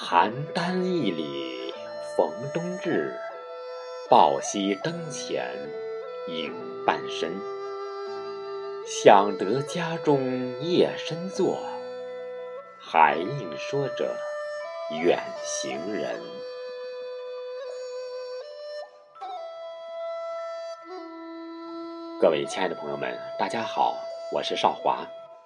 邯郸驿里逢冬至，抱膝灯前影伴身。想得家中夜深坐，还应说着远行人。各位亲爱的朋友们，大家好，我是少华。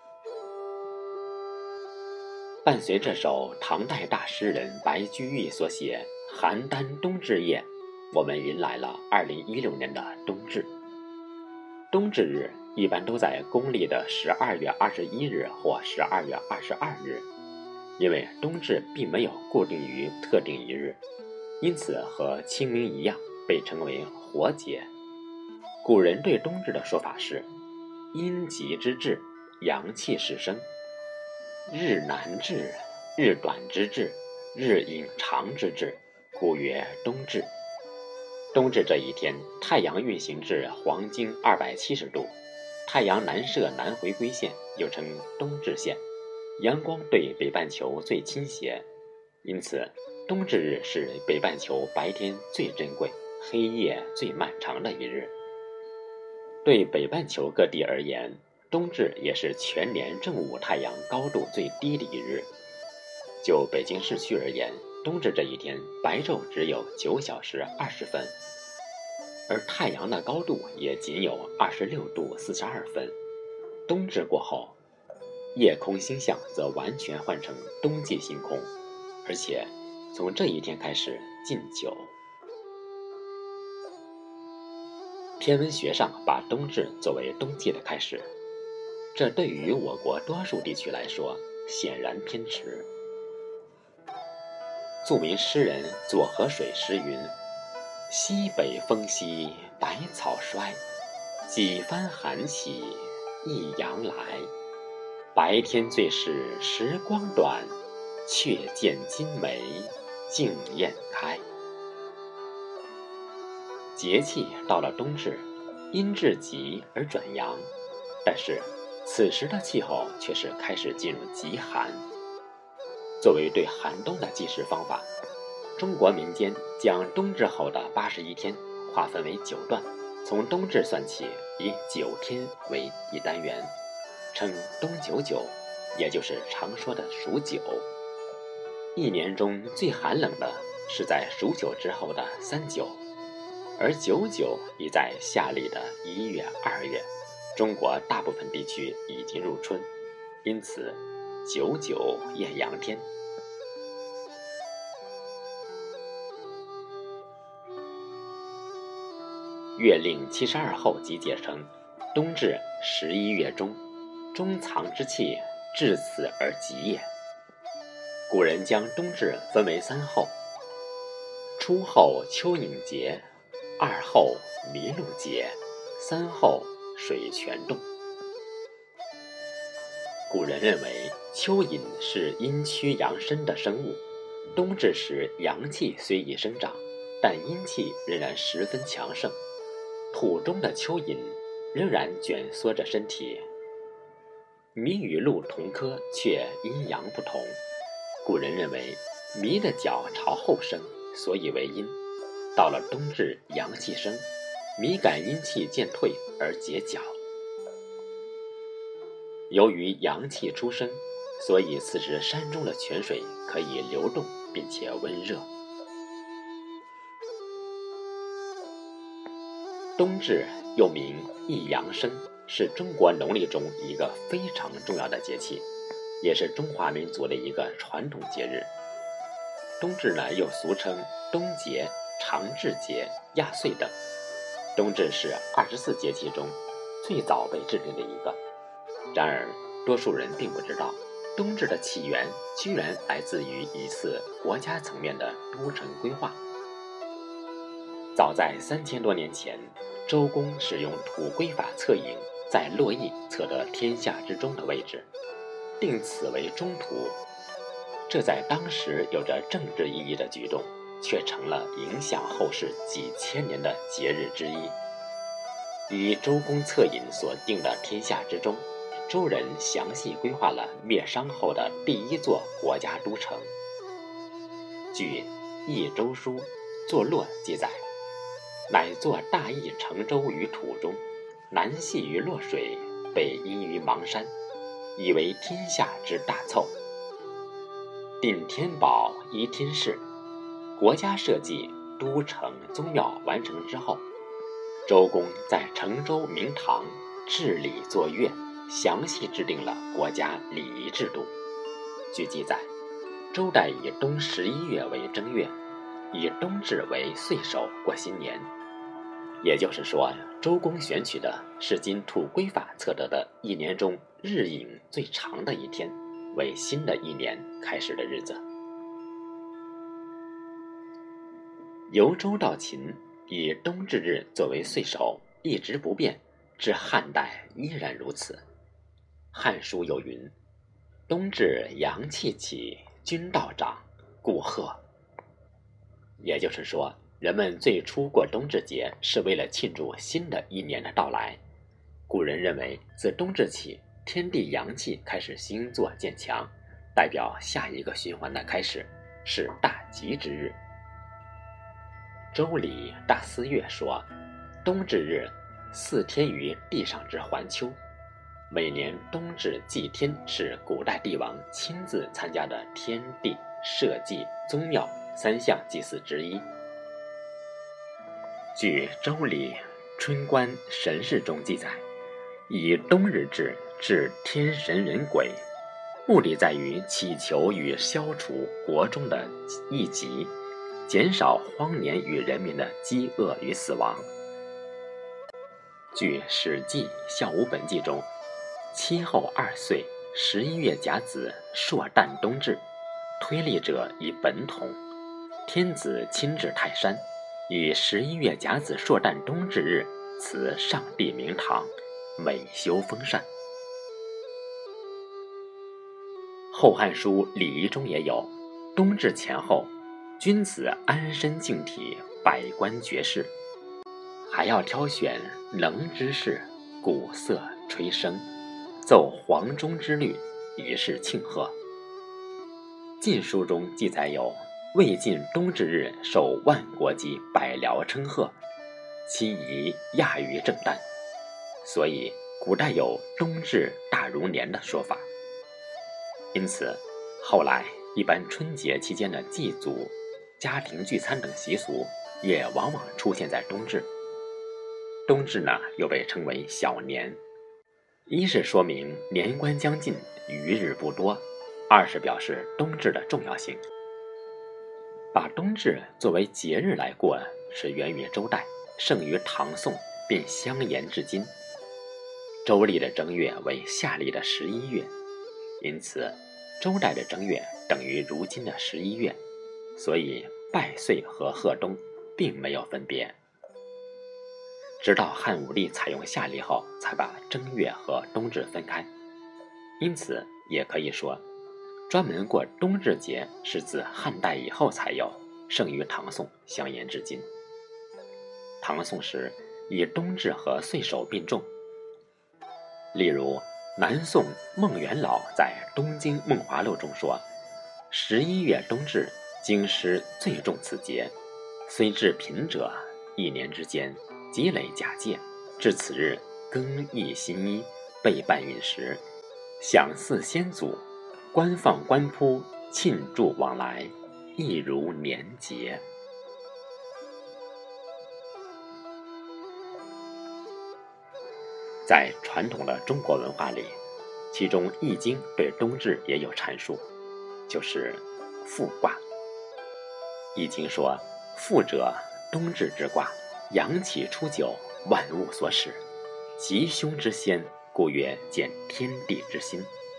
伴随这首唐代大诗人白居易所写《邯郸冬至夜》，我们迎来了2016年的冬至。冬至日一般都在公历的12月21日或12月22日，因为冬至并没有固定于特定一日，因此和清明一样被称为火节。古人对冬至的说法是：阴极之至，阳气始生，日南至，日短之至，日影长之至，故曰冬至。冬至这一天，太阳运行至黄经270度，太阳南射南回归线又称冬至线，阳光对北半球最倾斜，因此冬至日是北半球白天最珍贵、黑夜最漫长的一日。对北半球各地而言，冬至也是全年正午太阳高度最低的一日。就北京市区而言，冬至这一天白昼只有9小时20分，而太阳的高度也仅有26度42分。冬至过后，夜空星象则完全换成冬季星空，而且从这一天开始禁酒。天文学上把冬至作为冬季的开始，这对于我国多数地区来说显然偏迟。著名诗人左河水诗云：西北风息百草衰，几番寒气一阳来。白天最是时光短，却见金梅竞艳开。节气到了冬至，阴至极而转阳，但是此时的气候却是开始进入极寒。作为对寒冬的计时方法，中国民间将冬至后的81天划分为9段，从冬至算起，以9天为一单元，称冬99，也就是常说的数9。一年中最寒冷的是在数9之后的39，而99已在夏历的1月、2月，中国大部分地区已经入春，因此99艳阳天。月令72候集结成冬至11月中，中藏之气至此而极也。古人将冬至分为3候：初候蚯蚓节，2候麋鹿节，3候水泉冻。古人认为蚯蚓是阴虚阳生的生物，冬至时阳气虽已生长，但阴气仍然十分强盛，土中的蚯蚓仍然卷缩着身体。麋与鹿同科，却阴阳不同。古人认为麋的脚朝后生，所以为阴。到了冬至阳气生，麋感阴气渐退而解脚。由于阳气初生，所以此时山中的泉水可以流动并且温热。冬至又名一阳生，是中国农历中一个非常重要的节气，也是中华民族的一个传统节日。冬至呢，又俗称冬节、长至节、亚岁等。冬至是24节气中最早被制定的一个。然而多数人并不知道，冬至的起源居然来自于一次国家层面的都城规划。早在3000多年前，周公使用土规法测影，在洛邑测得天下之中的位置，定此为中土。这在当时有着政治意义的举动，却成了影响后世几千年的节日之一。以周公测影所定的天下之中，周人详细规划了灭商后的第一座国家都城。 据《益州书·作洛》记载，乃作大邑乘舟于途中，南系于洛水，北依于邙山，以为天下之大凑。定天宝依天事，国家社稷都城宗庙完成之后，周公在成州明堂治理作乐，详细制定了国家礼仪制度。据记载，周代以冬11月为正月，以冬至为岁首过新年。也就是说，周公选取的是今土规法测得的一年中日影最长的一天，为新的一年开始的日子。由周到秦，以冬至日作为岁首，一直不变，至汉代依然如此。《汉书》有云：“冬至阳气起，君道长，故贺。”也就是说，人们最初过冬至节是为了庆祝新的一年的到来。古人认为，自冬至起，天地阳气开始星座渐强，代表下一个循环的开始，是大吉之日。周礼大司乐说，冬至日，祀天于地上之环丘。每年冬至祭天是古代帝王亲自参加的天地、社稷、宗庙3项祭祀之一。据《周礼春官神事》中记载，以冬日至天神人鬼，目的在于祈求与消除国中的疫疾，减少荒年与人民的饥饿与死亡。据《史记·孝武本纪》中，妻后2岁11月甲子朔旦冬至，推历者以本统。天子亲至泰山，以11月甲子朔旦冬至日辞上帝明堂，美修封禅。《后汉书·礼仪》中也有，冬至前后，君子安身静体，百官绝事，还要挑选能之士，鼓瑟吹笙，奏黄钟之律，以示庆贺。《晋书》中记载有，魏晋冬至日受万国及百僚称贺，其仪亚于正旦，所以古代有冬至大如年的说法。因此后来一般春节期间的祭祖、家庭聚餐等习俗也往往出现在冬至。冬至呢，又被称为小年，一是说明年关将近，余日不多；二是表示冬至的重要性。把冬至作为节日来过，是源于周代，盛于唐宋，并相沿至今。周历的正月为夏历的11月，因此周代的正月等于如今的11月，所以拜岁和贺冬并没有分别。直到汉武帝采用夏历后，才把正月和冬至分开。因此也可以说，专门过冬至节是自汉代以后才有，盛于唐宋，相沿至今。唐宋时以冬至和岁首并重。例如南宋孟元老在《东京梦华录》中说，11月冬至，京师最重此节，虽至贫者，1年之间积累假借，至此日更易新衣，备办饮食，享祀先祖，官放官铺，庆祝往来，亦如年节。在传统的中国文化里，其中《易经》对冬至也有阐述，就是复卦。《易经》说，复者，冬至之卦，阳气初九，万物所始，吉凶之先，故曰见天地之心。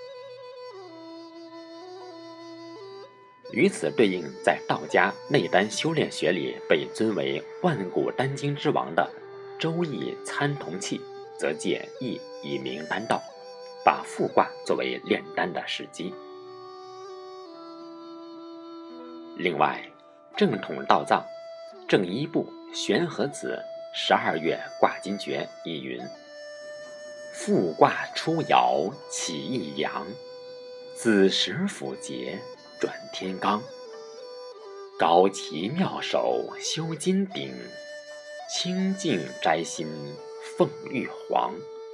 与此对应，在道家内丹修炼学里被尊为万古丹经之王的周易参同契，则借易以明丹道，把复卦作为炼丹的时机。另外，正统道藏正一部玄和子12月卦金诀亦云：复卦初爻，起一阳，子时辅节，转天罡。 高奇妙手修金鼎，清净摘心凤玉凰。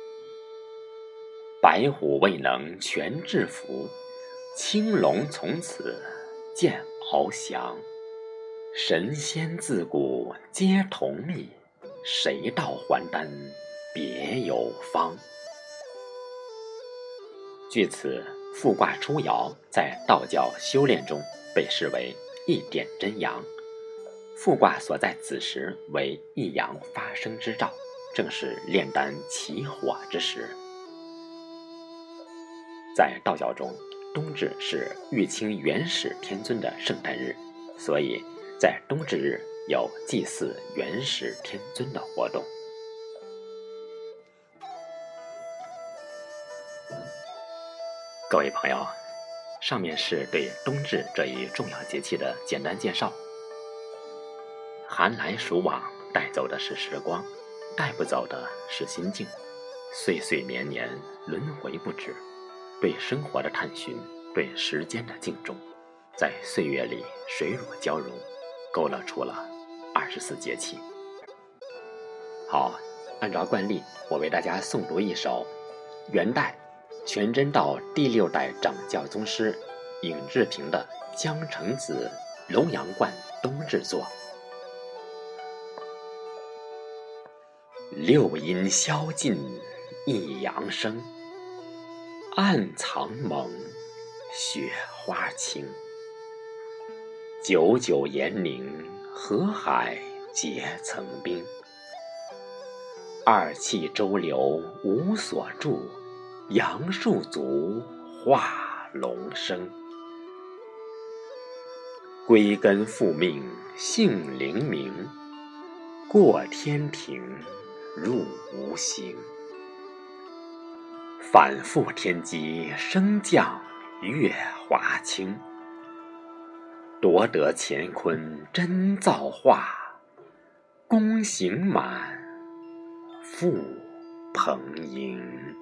白虎未能全制服，青龙从此见翱翔。神仙自古皆同密，谁道还丹别有方。据此，复卦初爻在道教修炼中被视为一点真阳，复卦所在子时为一阳发生之兆，正是炼丹起火之时。在道教中，冬至是玉清元始天尊的圣诞日，所以在冬至日有祭祀元始天尊的活动。各位朋友，上面是对冬至这一重要节气的简单介绍。寒来暑往，带走的是时光，带不走的是心境。岁岁年年，轮回不止，对生活的探寻，对时间的敬重，在岁月里水乳交融，勾勒出了24节气。好，按照惯例，我为大家诵读一首元代全真道第6代掌教宗师尹志平的《江城子·龙阳观冬至作》。六阴宵尽一阳生，暗藏蒙雪花清。久久严凝，河海结层冰。二气周流无所住，杨树足化龙生。归根复命性灵明，过天庭入无形。反复天机升降月华清，夺得乾坤真造化，功行满复蓬瀛。